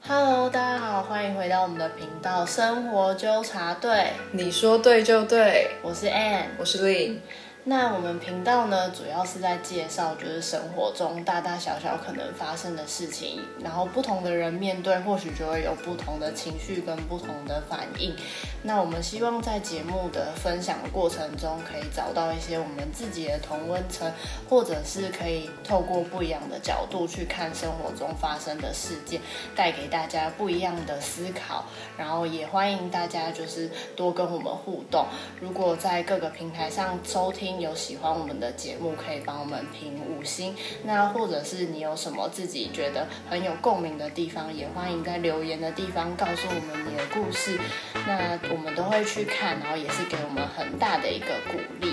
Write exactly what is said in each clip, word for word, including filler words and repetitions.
Hello，大家好，欢迎回到我们的频道生活纠察队。 你说对就对， 我是 Ann， 我是 Lin。 那我们频道呢，主要是在介绍就是生活中大大小小可能发生的事情，然后不同的人面对，或许就会有不同的情绪跟不同的反应。那我们希望在节目的分享的过程中，可以找到一些我们自己的同温层，或者是可以透过不一样的角度去看生活中发生的事件，带给大家不一样的思考。然后也欢迎大家就是多跟我们互动。如果在各个平台上收听，有喜欢我们的节目，可以帮我们评五星。那或者是你有什么自己觉得很有共鸣的地方，也欢迎在留言的地方告诉我们你的故事。那我们都会去看，然后也是给我们很大的一个鼓励。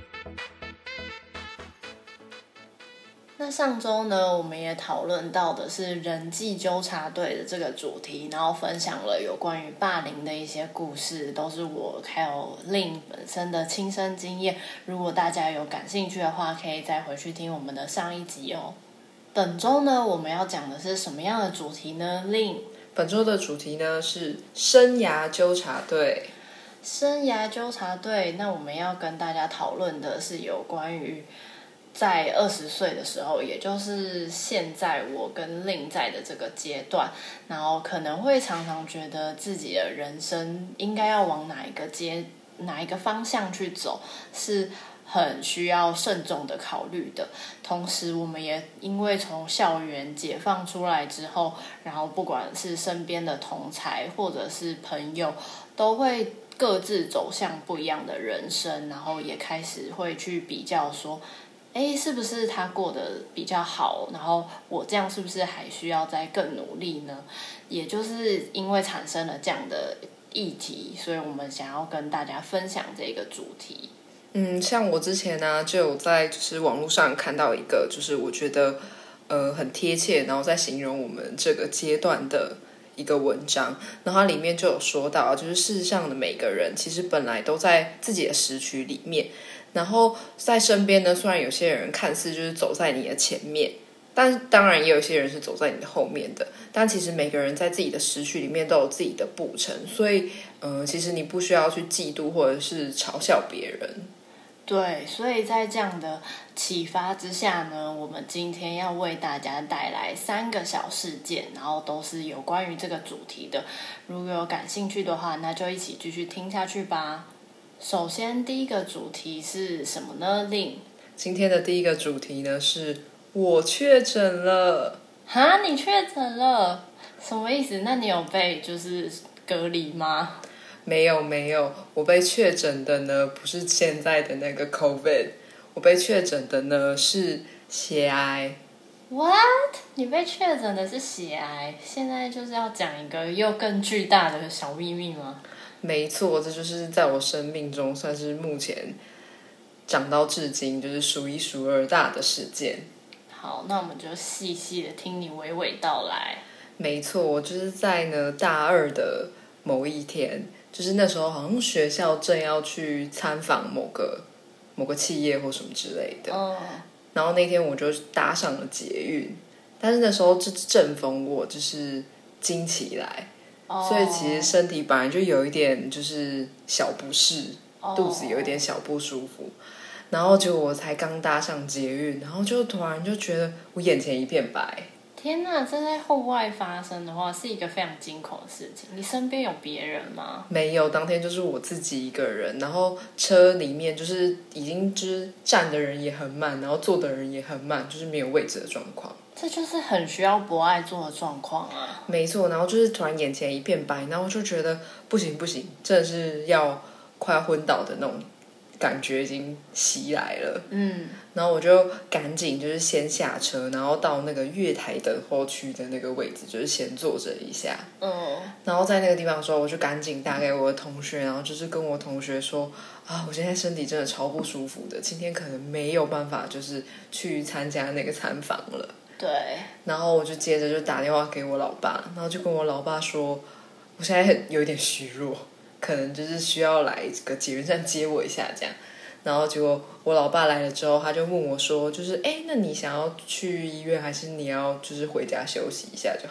那上周呢，我们也讨论到的是人际纠察队的这个主题，然后分享了有关于霸凌的一些故事，都是我还有Lin本身的亲身经验。如果大家有感兴趣的话，可以再回去听我们的上一集哦。本周呢，我们要讲的是什么样的主题呢？Lin， 本周的主题呢是生涯纠察队。 生涯纠察队，那我们要跟大家讨论的是有关于在二十岁的时候，也就是现在我跟Lin在的这个阶段，然后可能会常常觉得自己的人生应该要往哪一个阶哪一个方向去走，是很需要慎重的考虑的。同时我们也因为从校园解放出来之后，然后不管是身边的同侪或者是朋友，都会各自走向不一样的人生，然后也开始会去比较说，哎，是不是他过得比较好，然后我这样是不是还需要再更努力呢？也就是因为产生了这样的议题，所以我们想要跟大家分享这个主题。 嗯，像我之前呢、啊、就有在就是网络上看到一个，就是我觉得呃很贴切，然后在形容我们这个阶段的一个文章，然后它里面就有说到，就是事实上的每个人其实本来都在自己的时区里面，然后在身边呢，虽然有些人看似就是走在你的前面，但当然也有些人是走在你的后面的，但其实每个人在自己的时区里面都有自己的步程，所以呃，其实你不需要去嫉妒或者是嘲笑别人。 对，所以在这样的启发之下呢，我们今天要为大家带来三个小事件，然后都是有关于这个主题的。如果有感兴趣的话，那就一起继续听下去吧。首先，第一个主题是什么呢？Lin， 今天的第一个主题呢是我确诊了。 哈，你确诊了？什么意思？那你有被就是隔离吗？ 没有没有，我被确诊的呢不是现在的那个 COVID， 我被确诊的呢是血癌。 What？ 你被确诊的是血癌？现在就是要讲一个又更巨大的小秘密吗？ 没错，这就是在我生命中算是目前长到至今就是数一数二大的事件。 好，那我们就细细的听你娓娓道来。 没错，我就是在呢大二的某一天，就是那时候好像学校正要去参访某个某个企业或什么之类的， 嗯， 然后那天我就搭上了捷运，但是那时候就正逢我就是经期来， 哦， 所以其实身体本来就有一点就是小不适， 哦， 肚子有一点小不舒服，然后结果我才刚搭上捷运，然后就突然就觉得我眼前一片白。 天哪，这在户外发生的话是一个非常惊恐的事情。你身边有别人吗？ 没有，当天就是我自己一个人，然后车里面就是已经就是站的人也很慢，然后坐的人也很慢，就是没有位置的状况。 这就是很需要博爱做的状况啊。 没错，然后就是突然眼前一片白，然后就觉得不行不行，真的是要快要昏倒的那种感觉已经袭来了。 嗯， 然后我就赶紧就是先下车，然后到那个月台等候区的那个位置，就是先坐着一下。 嗯， 然后在那个地方的时候，我就赶紧打给我的同学，然后就是跟我同学说啊，我现在身体真的超不舒服的，今天可能没有办法就是去参加那个参访了。 对。 然后我就接着就打电话给我老爸，然后就跟我老爸说，我现在有点虚弱，可能就是需要来这个捷运站接我一下这样。然后结果我老爸来了之后，他就问我说，就是哎，那你想要去医院，还是你要就是回家休息一下就好？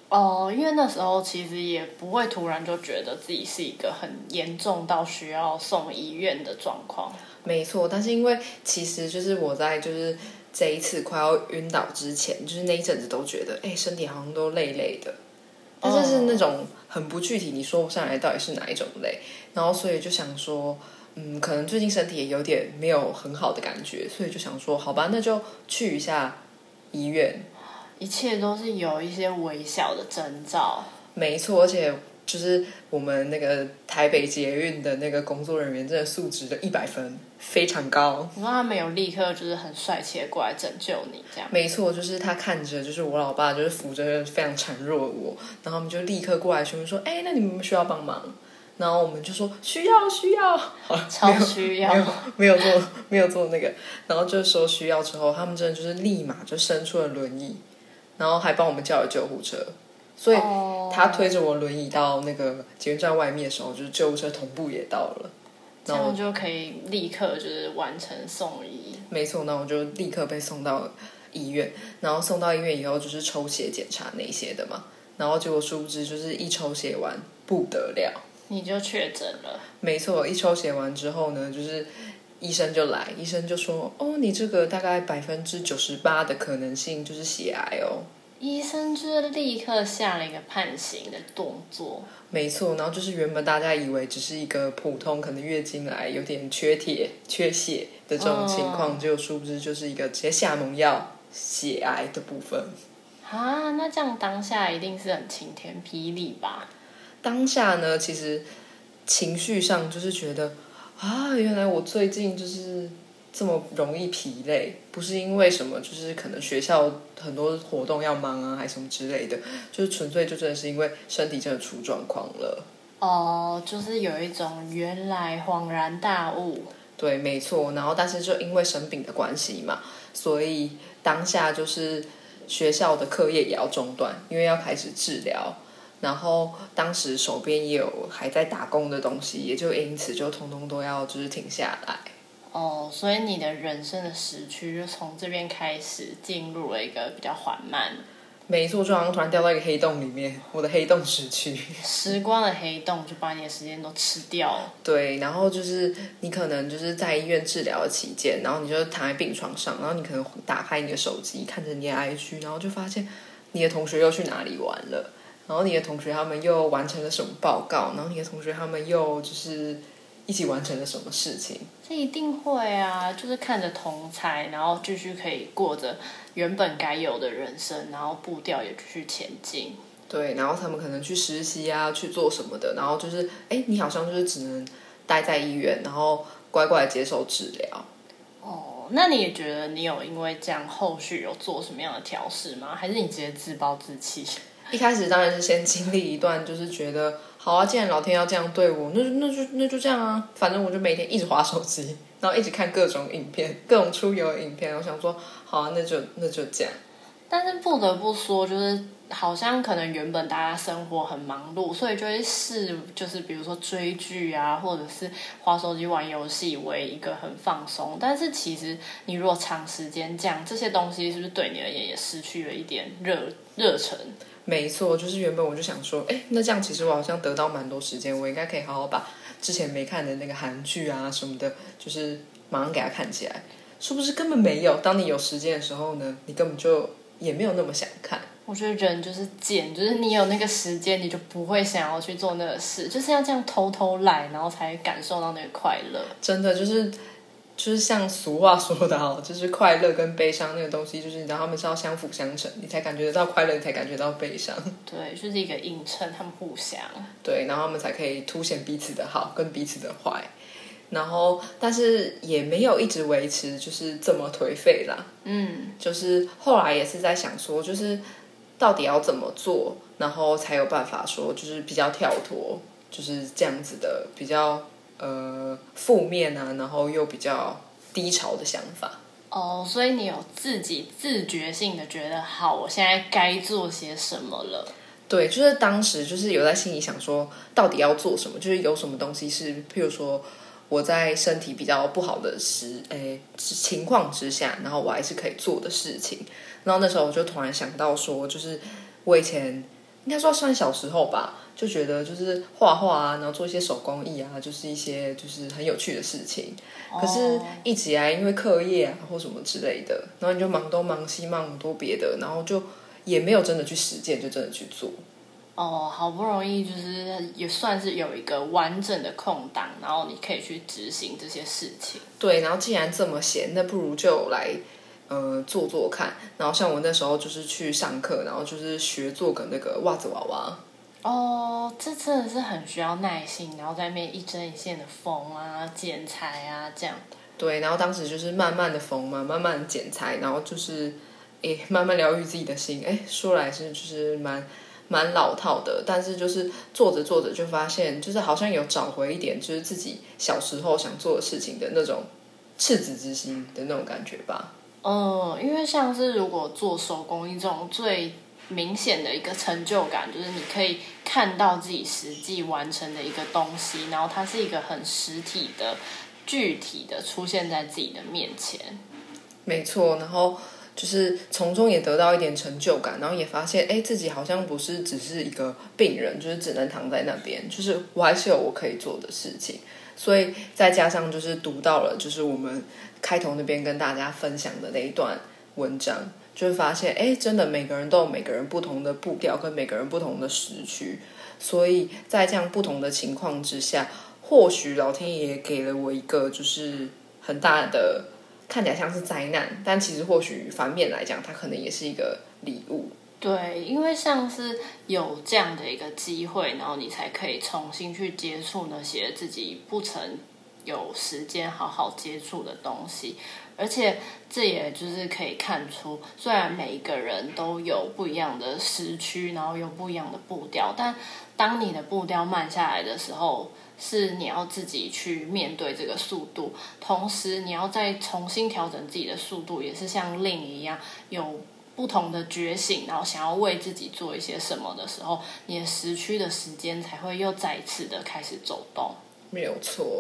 哦，因为那时候其实也不会突然就觉得自己是一个很严重到需要送医院的状况。 没错，但是因为其实就是我在就是这一次快要晕倒之前，就是那一阵子都觉得，哎、欸，身体好像都累累的，但是是那种很不具体，你说不上来到底是哪一种累。然后所以就想说，嗯，可能最近身体也有点没有很好的感觉，所以就想说，好吧，那就去一下医院。 一切都是有一些微小的征兆。 没错，而且就是我们那个台北捷运的那个工作人员，真的素质的一百分，非常高。 你说他们有立刻就是很帅气的过来拯救你，这样？ 没错，就是他看着，就是我老爸就是扶着非常孱弱的我，然后我们就立刻过来询问说：“哎，那你们需要帮忙？”然后我们就说：“需要，需要。” 超需要， 没有没有做没有做那个，然后就说需要之后，他们真的就是立马就伸出了轮椅，然后还帮我们叫了救护车。所以他推着我轮椅到那个捷运站外面的时候，就是救护车同步也到了， 这样就可以立刻就是完成送医。 没错，那我就立刻被送到医院，然后送到医院以后就是抽血检查那些的嘛，然后结果殊不知就是一抽血完不得了， 你就确诊了。 没错，一抽血完之后呢，就是医生就来，医生就说：“哦，你这个大概百分之九十八的可能性就是血癌哦。” 医生就是立刻下了一个判刑的动作。 没错，然后就是原本大家以为只是一个普通可能月经来有点缺铁缺血的这种情况，结果殊不知就是一个直接下猛药血癌的部分啊。那这样当下一定是很晴天霹雳吧？ 当下呢，其实情绪上就是觉得啊，原来我最近就是这么容易疲累，不是因为什么，就是可能学校很多活动要忙啊，还什么之类的，就是纯粹就真的是因为身体真的出状况了。 哦，就是有一种原来恍然大悟。 对，没错。然后，但是就因为生病的关系嘛，所以当下就是学校的课业也要中断，因为要开始治疗。然后当时手边也有还在打工的东西，也就因此就通通都要就是停下来。 哦，所以你的人生的时区就从这边开始进入了一个比较缓慢。 没错，就好像突然掉到一个黑洞里面，我的黑洞时区， 时光的黑洞就把你的时间都吃掉了。 对，然后就是你可能就是在医院治疗的期间，然后你就躺在病床上，然后你可能打开你的手机，看着你的 I G， 然后就发现你的同学又去哪里玩了，然后你的同学他们又完成了什么报告，然后你的同学他们又就是一起完成了什么事情。 这一定会啊，就是看着同侪，然后继续可以过着原本该有的人生，然后步调也继续前进。 对，然后他们可能去实习啊，去做什么的，然后就是哎，你好像就是只能待在医院，然后乖乖接受治疗。 哦，那你也觉得你有因为这样后续有做什么样的调试吗？还是你直接自暴自弃？ 一开始当然是先经历一段，就是觉得好啊，既然老天要这样对我，那就那就那就这样啊，反正我就每天一直滑手机，然后一直看各种影片，各种出游的影片。我想说，好啊，那就那就这样。 但是不得不说，就是好像可能原本大家生活很忙碌，所以就会视就是比如说追剧啊，或者是滑手机玩游戏为一个很放松。但是其实你如果长时间这样，这些东西是不是对你而言也失去了一点热热忱？ 没错，就是原本我就想说，哎，那这样其实我好像得到蛮多时间，我应该可以好好把之前没看的那个韩剧啊什么的，就是马上给它看起来。殊不知根本没有，当你有时间的时候呢，你根本就也没有那么想看。 我觉得人就是贱，就是你有那个时间，你就不会想要去做那个事，就是要这样偷偷来，然后才感受到那个快乐。 真的就是就是像俗话说的哦，就是快乐跟悲伤那个东西，就是你知道他们是要相辅相成，你才感觉得到快乐，你才感觉到悲伤。 对，就是一个映衬，他们互相。 对，然后他们才可以凸显彼此的好跟彼此的坏。然后，但是也没有一直维持就是这么颓废啦。嗯，就是后来也是在想说，就是到底要怎么做，然后才有办法说就是比较跳脱，就是这样子的比较呃负面啊，然后又比较低潮的想法。 哦，所以你有自己自觉性的觉得，好，我现在该做些什么了。 对，就是当时就是有在心里想说，到底要做什么，就是有什么东西是，譬如说我在身体比较不好的时诶情况之下，然后我还是可以做的事情。然后那时候我就突然想到说，就是我以前应该说算小时候吧，就觉得就是画画啊，然后做一些手工艺啊，就是一些就是很有趣的事情。 哦、 可是一直以来因为课业啊或什么之类的，然后你就忙东忙西忙很多别的，然后就也没有真的去实践，就真的去做。 哦，好不容易就是也算是有一个完整的空档，然后你可以去执行这些事情。 对，然后既然这么闲，那不如就来呃做做看。然后像我那时候就是去上课，然后就是学做个那个袜子娃娃。 哦，这真的是很需要耐心，然后在那边一针一线的缝啊、剪裁啊这样。 对，然后当时就是慢慢的缝嘛，慢慢的剪裁，然后就是诶慢慢疗愈自己的心。诶，说来是就是蛮。蛮老套的，但是就是做着做着就发现，就是好像有找回一点，就是自己小时候想做的事情的那种赤子之心的那种感觉吧。 嗯，因为像是如果做手工艺这种最明显的一个成就感，就是你可以看到自己实际完成的一个东西，然后它是一个很实体的、具体的出现在自己的面前。 没错，然后。就是从中也得到一点成就感，然后也发现，哎，自己好像不是只是一个病人，就是只能躺在那边，就是我还是有我可以做的事情。所以再加上就是读到了，就是我们开头那边跟大家分享的那一段文章，就会发现，哎，真的每个人都有每个人不同的步调，跟每个人不同的时区。所以在这样不同的情况之下，或许老天爷给了我一个就是很大的。看起来像是灾难，但其实或许反面来讲，它可能也是一个礼物。 对，因为像是有这样的一个机会，然后你才可以重新去接触那些自己不曾有时间好好接触的东西，而且这也就是可以看出，虽然每一个人都有不一样的时区，然后有不一样的步调，但当你的步调慢下来的时候，是你要自己去面对这个速度，同时你要再重新调整自己的速度，也是像令一样有不同的觉醒，然后想要为自己做一些什么的时候，你的时区的时间才会又再一次的开始走动。 没有错。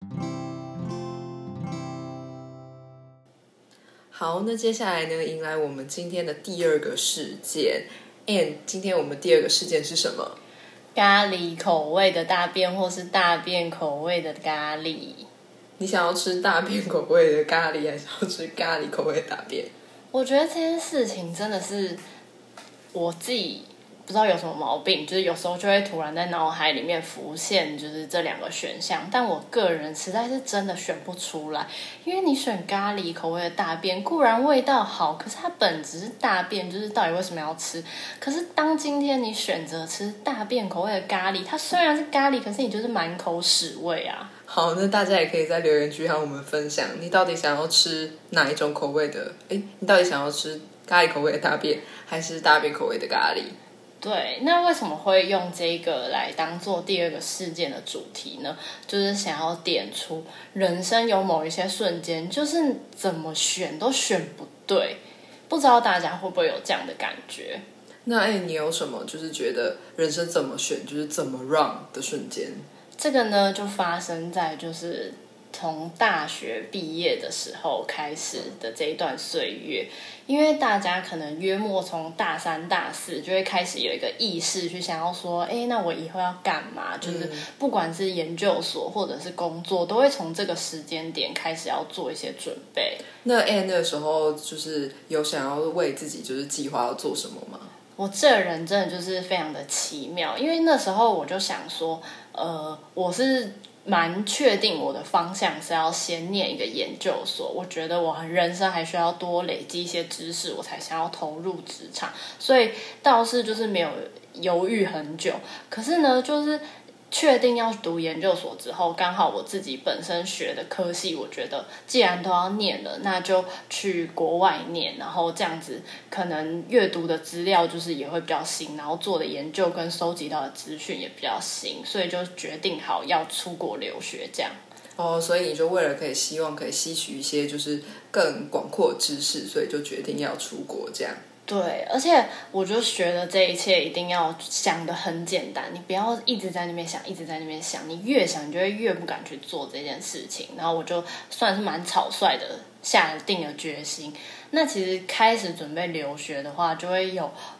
好，那接下来呢，迎来我们今天的第二个事件。And 今天我们第二个事件是什么？ 咖喱口味的大便，或是大便口味的咖喱。 你想要吃大便口味的咖喱，还是要吃咖喱口味的大便？ 我觉得这件事情真的是我自己不知道有什么毛病，就是有时候就会突然在脑海里面浮现，就是这两个选项，但我个人实在是真的选不出来。因为你选咖喱口味的大便，固然味道好，可是它本质是大便，就是到底为什么要吃？可是当今天你选择吃大便口味的咖喱，它虽然是咖喱，可是你就是满口屎味啊。 好，那大家也可以在留言区和我们分享，你到底想要吃哪一种口味的？哎，你到底想要吃咖喱口味的大便，还是大便口味的咖喱？ 对，那为什么会用这个来当做第二个事件的主题呢？就是想要点出人生有某一些瞬间，就是怎么选都选不对，不知道大家会不会有这样的感觉？ 那哎，你有什么就是觉得人生怎么选就是怎么 run 的瞬间？ 这个呢，就发生在就是从大学毕业的时候开始的这一段岁月，因为大家可能约莫从大三大四就会开始有一个意识去想要说，哎，那我以后要干嘛？就是不管是研究所或者是工作，都会从这个时间点开始要做一些准备。 那 Anne 那个时候就是有想要为自己就是计划要做什么吗？ 我这人真的就是非常的奇妙，因为那时候我就想说，呃，我是蛮确定我的方向是要先念一个研究所，我觉得我人生还需要多累积一些知识，我才想要投入职场，所以倒是就是没有犹豫很久。可是呢，就是确定要读研究所之后，刚好我自己本身学的科系，我觉得既然都要念了，那就去国外念，然后这样子可能阅读的资料就是也会比较新，然后做的研究跟收集到的资讯也比较新，所以就决定好要出国留学这样。 哦，所以你就为了可以希望可以吸取一些就是更广阔的知识，所以就决定要出国这样。 对，而且我就觉得这一切一定要想得很简单，你不要一直在那边想，一直在那边想，你越想你就会越不敢去做这件事情。然后我就算是蛮草率的下定了决心。那其实开始准备留学的话，就会有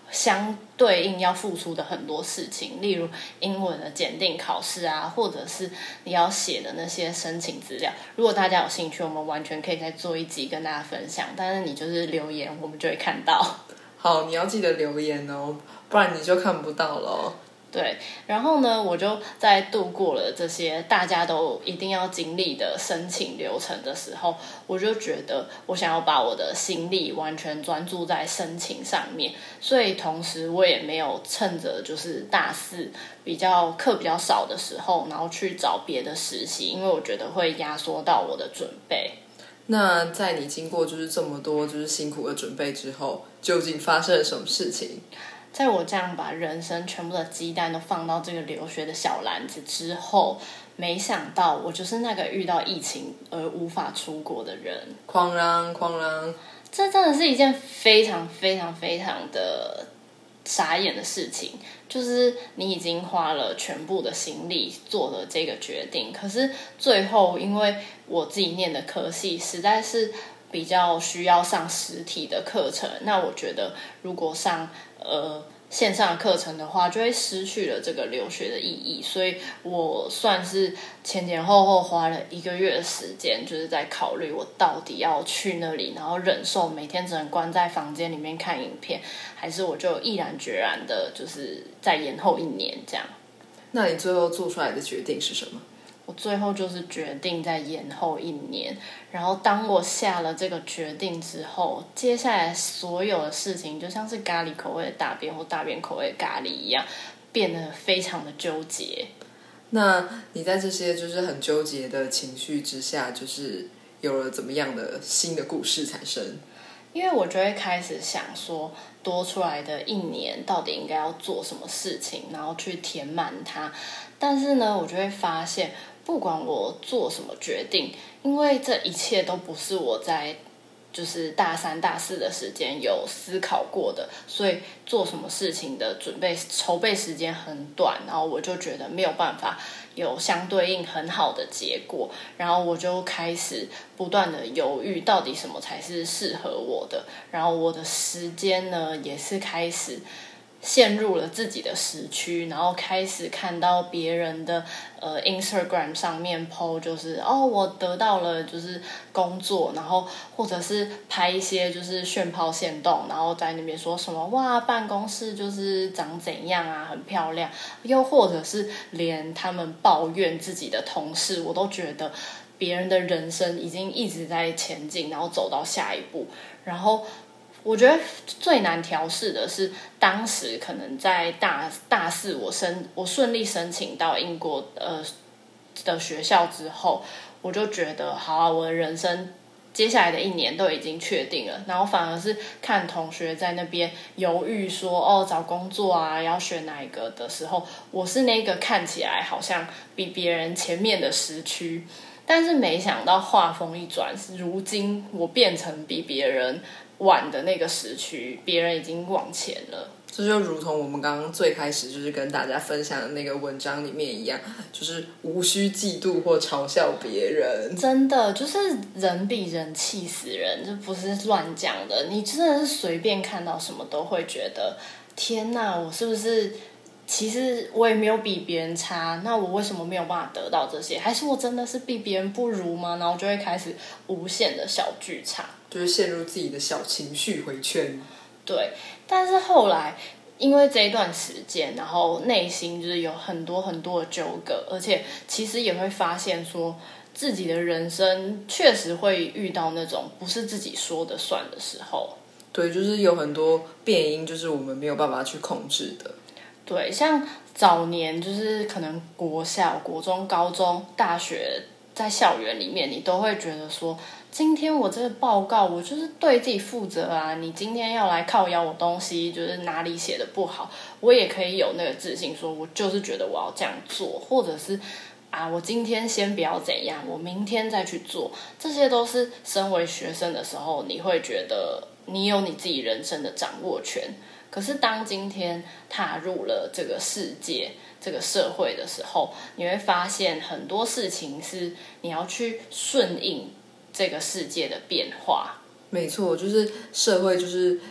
相对应要付出的很多事情，例如英文的检定考试啊，或者是你要写的那些申请资料。如果大家有兴趣，我们完全可以再做一集跟大家分享，但是你就是留言，我们就会看到。 好，你要记得留言哦，不然你就看不到了哦。 对，然后呢，我就在度过了这些大家都一定要经历的申请流程的时候，我就觉得我想要把我的心力完全专注在申请上面，所以同时我也没有趁着就是大四比较课比较少的时候，然后去找别的实习，因为我觉得会压缩到我的准备。 那在你经过就是这么多就是辛苦的准备之后，究竟发生了什么事情？ 在我这样把人生全部的鸡蛋都放到这个留学的小篮子之后，没想到我就是那个遇到疫情而无法出国的人。 哐啷哐啷， 这真的是一件非常非常非常的傻眼的事情，就是你已经花了全部的心力做了这个决定，可是最后因为我自己念的科系实在是比较需要上实体的课程，那我觉得如果上呃线上的课程的话，就会失去了这个留学的意义，所以我算是前前后后花了一个月的时间，就是在考虑我到底要去那里，然后忍受每天只能关在房间里面看影片，还是我就毅然决然的，就是再延后一年这样。 那你最后做出来的决定是什么？ 我最后就是决定再延后一年，然后当我下了这个决定之后，接下来所有的事情就像是咖喱口味的大便或大便口味的咖喱一样，变得非常的纠结。 那你在这些就是很纠结的情绪之下，就是有了怎么样的新的故事产生？ 因为我就会开始想说，多出来的一年到底应该要做什么事情，然后去填满它。但是呢，我就会发现，不管我做什么决定，因为这一切都不是我在就是大三大四的时间有思考过的，所以做什么事情的准备筹备时间很短，然后我就觉得没有办法有相对应很好的结果，然后我就开始不断的犹豫到底什么才是适合我的，然后我的时间呢也是开始陷入了自己的时区，然后开始看到别人的呃 Instagram 上面 po 就是哦我得到了就是工作，然后或者是拍一些就是炫炮限动，然后在那边说什么哇办公室就是长怎样啊很漂亮，又或者是连他们抱怨自己的同事，我都觉得别人的人生已经一直在前进，然后走到下一步，然后我觉得最难调试的是，当时可能在大大四我申我顺利申请到英国呃的学校之后，我就觉得好啊，我的人生接下来的一年都已经确定了，然后反而是看同学在那边犹豫说哦找工作啊要选哪一个的时候，我是那个看起来好像比别人前面的时区。但是没想到话锋一转，如今我变成比别人晚的那个时区，别人已经往前了。 这就如同我们刚刚最开始就是跟大家分享的那个文章里面一样，就是无需嫉妒或嘲笑别人。 真的就是人比人气死人，这不是乱讲的。你真的是随便看到什么都会觉得，天哪，我是不是？其实我也没有比别人差，那我为什么没有办法得到这些？还是我真的是比别人不如吗？然后就会开始无限的小剧场， 就是陷入自己的小情绪回圈。 对，但是后来因为这一段时间，然后内心就是有很多很多的纠葛，而且其实也会发现说，自己的人生确实会遇到那种不是自己说的算的时候。 对，就是有很多变因，就是我们没有办法去控制的。 对，像早年就是可能国小、国中、高中、大学，在校园里面，你都会觉得说，今天我这个报告，我就是对自己负责啊。你今天要来靠邀我东西，就是哪里写的不好，我也可以有那个自信，说我就是觉得我要这样做，或者是啊，我今天先不要怎样，我明天再去做。这些都是身为学生的时候，你会觉得你有你自己人生的掌握权。可是当今天踏入了这个世界、这个社会的时候，你会发现很多事情是你要去顺应这个世界的变化。 没错，就是社会就是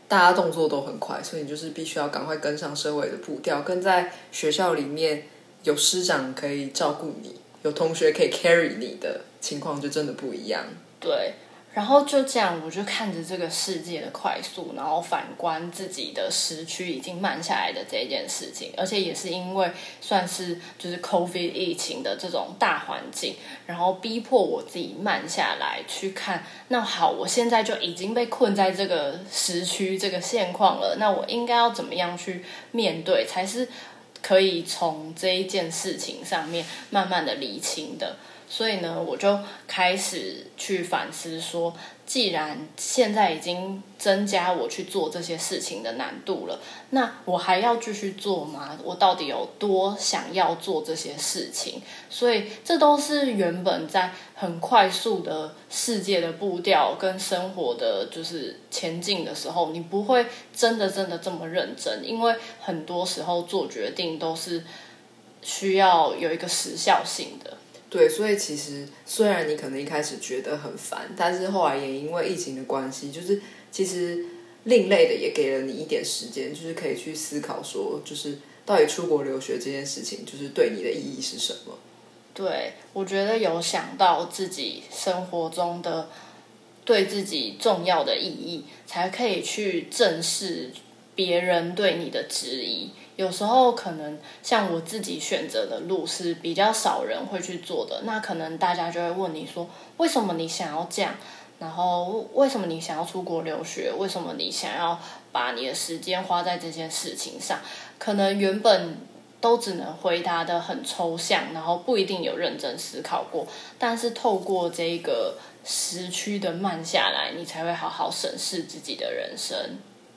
大家动作都很快，所以你就是必须要赶快跟上社会的步调，跟在学校里面有师长可以照顾你，有同学可以 carry 你的情况就真的不一样。 对，然后就这样，我就看着这个世界的快速，然后反观自己的时区已经慢下来的这件事情，而且也是因为算是就是 COVID 疫情的这种大环境，然后逼迫我自己慢下来去看，那好，我现在就已经被困在这个时区这个现况了，那我应该要怎么样去面对，才是可以从这一件事情上面慢慢的理清的。所以呢，我就开始去反思说，既然现在已经增加我去做这些事情的难度了，那我还要继续做吗？我到底有多想要做这些事情？所以这都是原本在很快速的世界的步调跟生活的就是前进的时候，你不会真的真的这么认真，因为很多时候做决定都是需要有一个时效性的。 对，所以其实虽然你可能一开始觉得很烦，但是后来也因为疫情的关系，就是其实另类的也给了你一点时间，就是可以去思考说，就是到底出国留学这件事情，就是对你的意义是什么？ 对，我觉得有想到自己生活中的对自己重要的意义，才可以去正视别人对你的质疑。有时候可能像我自己选择的路是比较少人会去做的，那可能大家就会问你说，为什么你想要这样？然后为什么你想要出国留学？为什么你想要把你的时间花在这件事情上？可能原本都只能回答的很抽象，然后不一定有认真思考过，但是透过这个时区的慢下来，你才会好好审视自己的人生。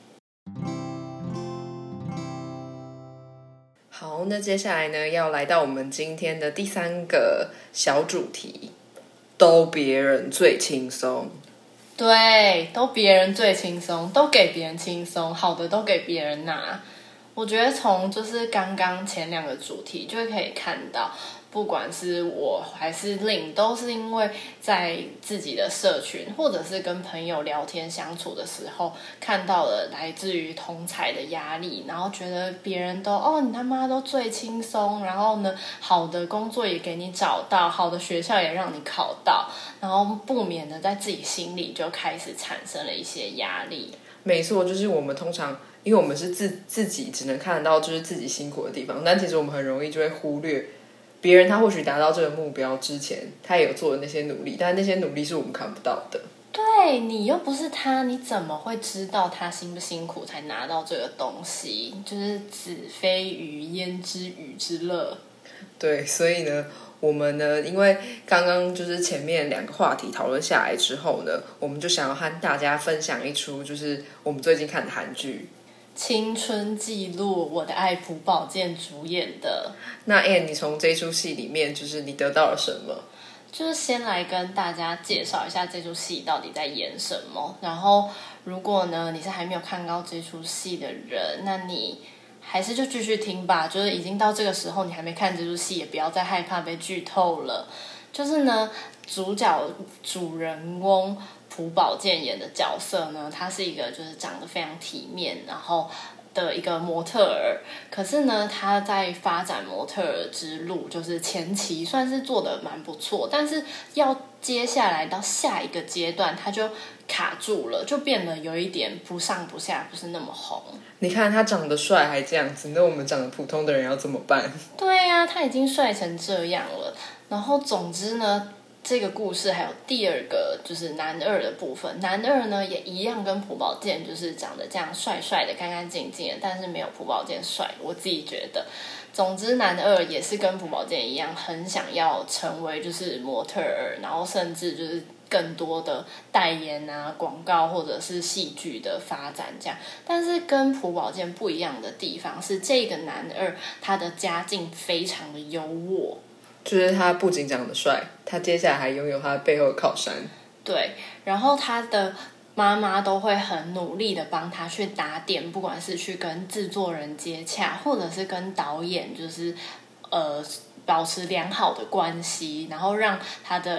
好，那接下来呢，要来到我们今天的第三个小主题，都别人最轻松。 对，都别人最轻松，都给别人轻松，好的都给别人拿。我觉得从就是刚刚前两个主题就可以看到，不管是我还是Lin，都是因为在自己的社群或者是跟朋友聊天相处的时候，看到了来自于同侪的压力，然后觉得别人都哦你他妈都最轻松，然后呢好的工作也给你找到，好的学校也让你考到，然后不免的在自己心里就开始产生了一些压力。 没错，就是我们通常因为我们是自自己只能看得到就是自己辛苦的地方，但其实我们很容易就会忽略别人他或许达到这个目标之前，他也有做的那些努力，但那些努力是我们看不到的。 对，你又不是他，你怎么会知道他辛不辛苦才拿到这个东西？就是子非鱼焉知鱼之乐。 对，所以呢我们呢因为刚刚就是前面两个话题讨论下来之后呢，我们就想要和大家分享一出就是我们最近看的韩剧青春记录，我的爱朴宝剑主演的。 那 Anne 你从这出戏里面就是你得到了什么？ 就是先来跟大家介绍一下这出戏到底在演什么，然后如果呢你是还没有看到这出戏的人，那你还是就继续听吧，就是已经到这个时候你还没看这出戏，也不要再害怕被剧透了。就是呢主角主人翁朴宝剑演的角色呢，他是一个就是长得非常体面，然后的一个模特儿，可是呢他在发展模特儿之路就是前期算是做得蛮不错，但是要接下来到下一个阶段他就卡住了，就变得有一点不上不下，不是那么红。 你看他长得帅还这样子，那我们长得普通的人要怎么办？ 对呀、啊，他已经帅成这样了。然后总之呢这个故事还有第二个就是男二的部分，男二呢也一样跟朴宝剑就是长得这样帅帅的干干净净的，但是没有朴宝剑帅，我自己觉得。总之男二也是跟朴宝剑一样很想要成为就是模特儿，然后甚至就是更多的代言啊广告或者是戏剧的发展这样。但是跟朴宝剑不一样的地方是，这个男二他的家境非常的优渥， 就是他不仅长得帅，他接下来还拥有他背后的靠山。 对，然后他的妈妈都会很努力的帮他去打点，不管是去跟制作人接洽，或者是跟导演就是呃保持良好的关系，然后让他的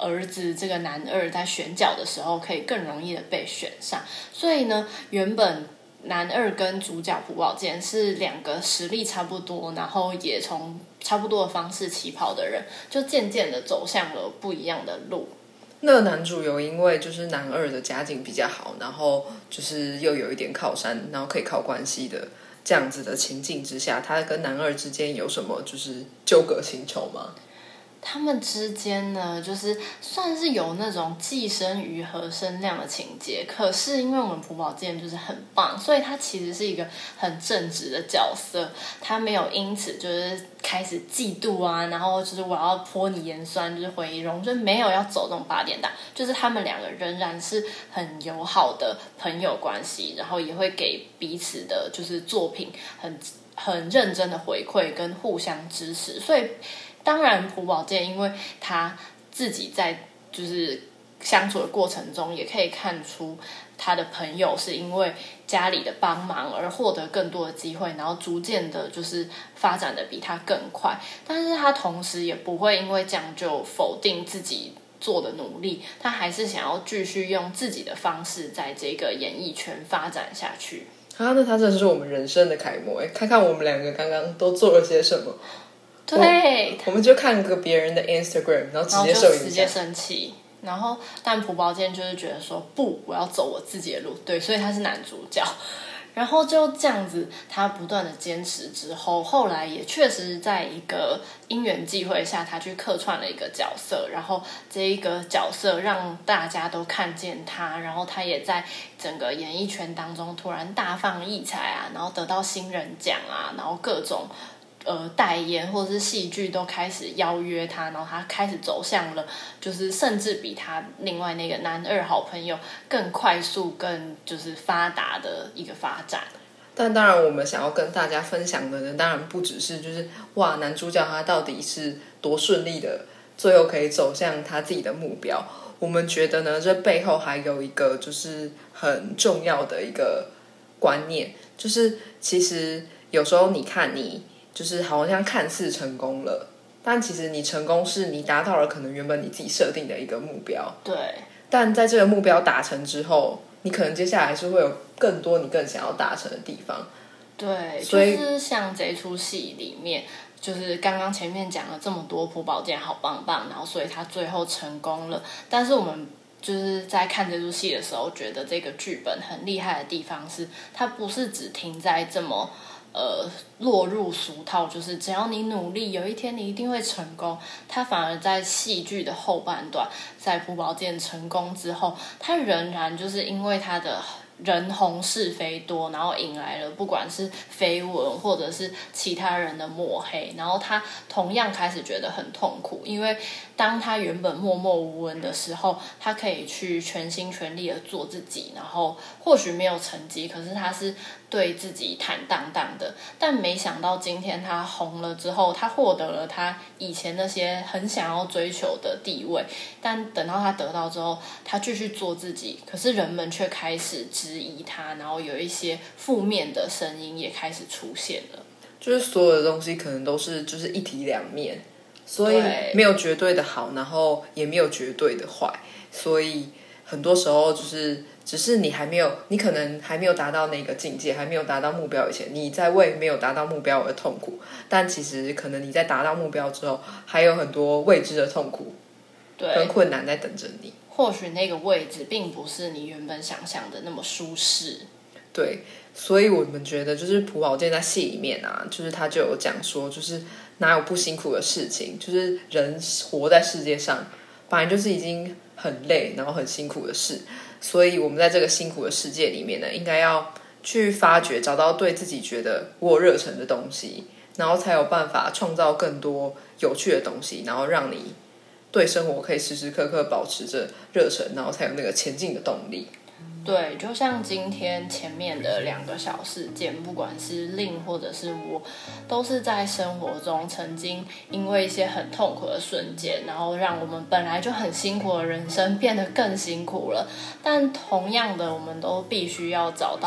儿子这个男二在选角的时候可以更容易的被选上。所以呢，原本男二跟主角朴宝剑是两个实力差不多，然后也从差不多的方式起跑的人，就渐渐的走向了不一样的路。 那个男主有因为就是男二的家境比较好，然后就是又有一点靠山，然后可以靠关系的这样子的情境之下，他跟男二之间有什么就是纠葛情仇吗？ 他们之间呢，就是算是有那种寄生鱼和生亮的情节，可是因为我们朴宝剑就是很棒，所以他其实是一个很正直的角色，他没有因此就是开始嫉妒啊，然后就是我要泼你盐酸，就是毁容，就没有要走这种八点档，就是他们两个仍然是很友好的朋友关系，然后也会给彼此的就是作品很很认真的回馈跟互相支持，所以。当然朴宝剑因为他自己在就是相处的过程中也可以看出他的朋友是因为家里的帮忙而获得更多的机会，然后逐渐的就是发展的比他更快，但是他同时也不会因为这样就否定自己做的努力，他还是想要继续用自己的方式在这个演艺圈发展下去。 啊，那他真的是我们人生的楷模哎！看看我们两个刚刚都做了些什么。 对， 我们就看个别人的 Instagram， 然后直接受影响， 直接生气。然后，但朴宝剑就是觉得说，不，我要走我自己的路。对，所以他是男主角。然后就这样子，他不断的坚持之后，后来也确实在一个因缘际会下，他去客串了一个角色。然后这一个角色让大家都看见他，然后他也在整个演艺圈当中突然大放异彩啊，然后得到新人奖啊，然后各种。呃，代言或者是戏剧都开始邀约他，然后他开始走向了，就是甚至比他另外那个男二好朋友更快速、更就是发达的一个发展。 但当然，我们想要跟大家分享的呢，当然不只是就是哇，男主角他到底是多顺利的，最后可以走向他自己的目标。我们觉得呢，这背后还有一个就是很重要的一个观念，就是其实有时候你看你。就是好像看似成功了，但其实你成功是你达到了可能原本你自己设定的一个目标。 对。 但在这个目标达成之后，你可能接下来是会有更多你更想要达成的地方。 对， 所以就是像这出戏里面，就是刚刚前面讲了这么多朴宝剑好棒棒，然后所以他最后成功了。但是我们就是在看这出戏的时候，觉得这个剧本很厉害的地方是，它不是只停在这么。呃，落入俗套，就是只要你努力，有一天你一定会成功。他反而在戏剧的后半段，在朴宝剑成功之后，他仍然就是因为他的人红是非多，然后引来了不管是绯闻或者是其他人的抹黑，然后他同样开始觉得很痛苦，因为当他原本默默无闻的时候，他可以去全心全力的做自己，然后或许没有成绩，可是他是对自己坦荡荡的。但没想到今天他红了之后，他获得了他以前那些很想要追求的地位，但等到他得到之后，他继续做自己，可是人们却开始质疑他，然后有一些负面的声音也开始出现了。 就是所有的东西可能都是就是一体两面，所以没有绝对的好，然后也没有绝对的坏，所以很多时候就是只是你还没有，你可能还没有达到那个境界，还没有达到目标以前，你在为没有达到目标而痛苦，但其实可能你在达到目标之后，还有很多未知的痛苦跟困难在等着你。 或许那个位置并不是你原本想象的那么舒适。 对，所以我们觉得就是朴宝剑在戏里面啊，就是他就有讲说，就是哪有不辛苦的事情，就是人活在世界上本来就是已经很累然后很辛苦的事，所以我们在这个辛苦的世界里面呢，应该要去发掘找到对自己觉得我有热忱的东西，然后才有办法创造更多有趣的东西，然后让你对生活可以时时刻刻保持着热忱，然后才有那个前进的动力。 对，就像今天前面的两个小事件，不管是令或者是我，都是在生活中曾经因为一些很痛苦的瞬间，然后让我们本来就很辛苦的人生变得更辛苦了。但同样的，我们都必须要找到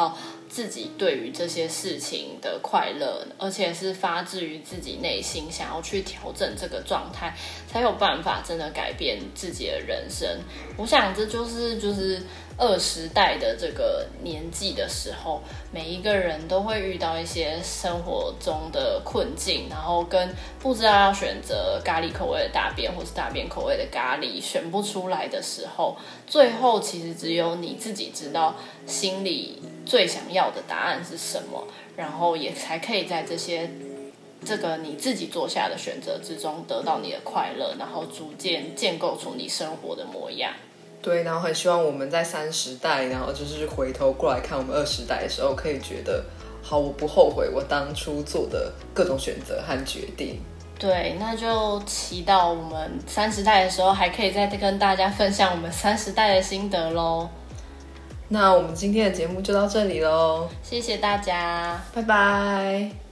自己对于这些事情的快乐，而且是发自于自己内心想要去调整这个状态，才有办法真的改变自己的人生。我想这就是就是二十代的这个年纪的时候，每一个人都会遇到一些生活中的困境，然后跟不知道要选择咖喱口味的大便或是大便口味的咖喱选不出来的时候，最后其实只有你自己知道心里最想要的答案是什么，然后也才可以在这些这个你自己做下的选择之中得到你的快乐，然后逐渐建构出你生活的模样。 对，然后很希望我们在三十代，然后就是回头过来看我们二十代的时候，可以觉得好，我不后悔我当初做的各种选择和决定。 对，那就祈祷我们三十代的时候还可以再跟大家分享我们三十代的心得咯。 那我们今天的节目就到这里咯， 谢谢大家， 拜拜。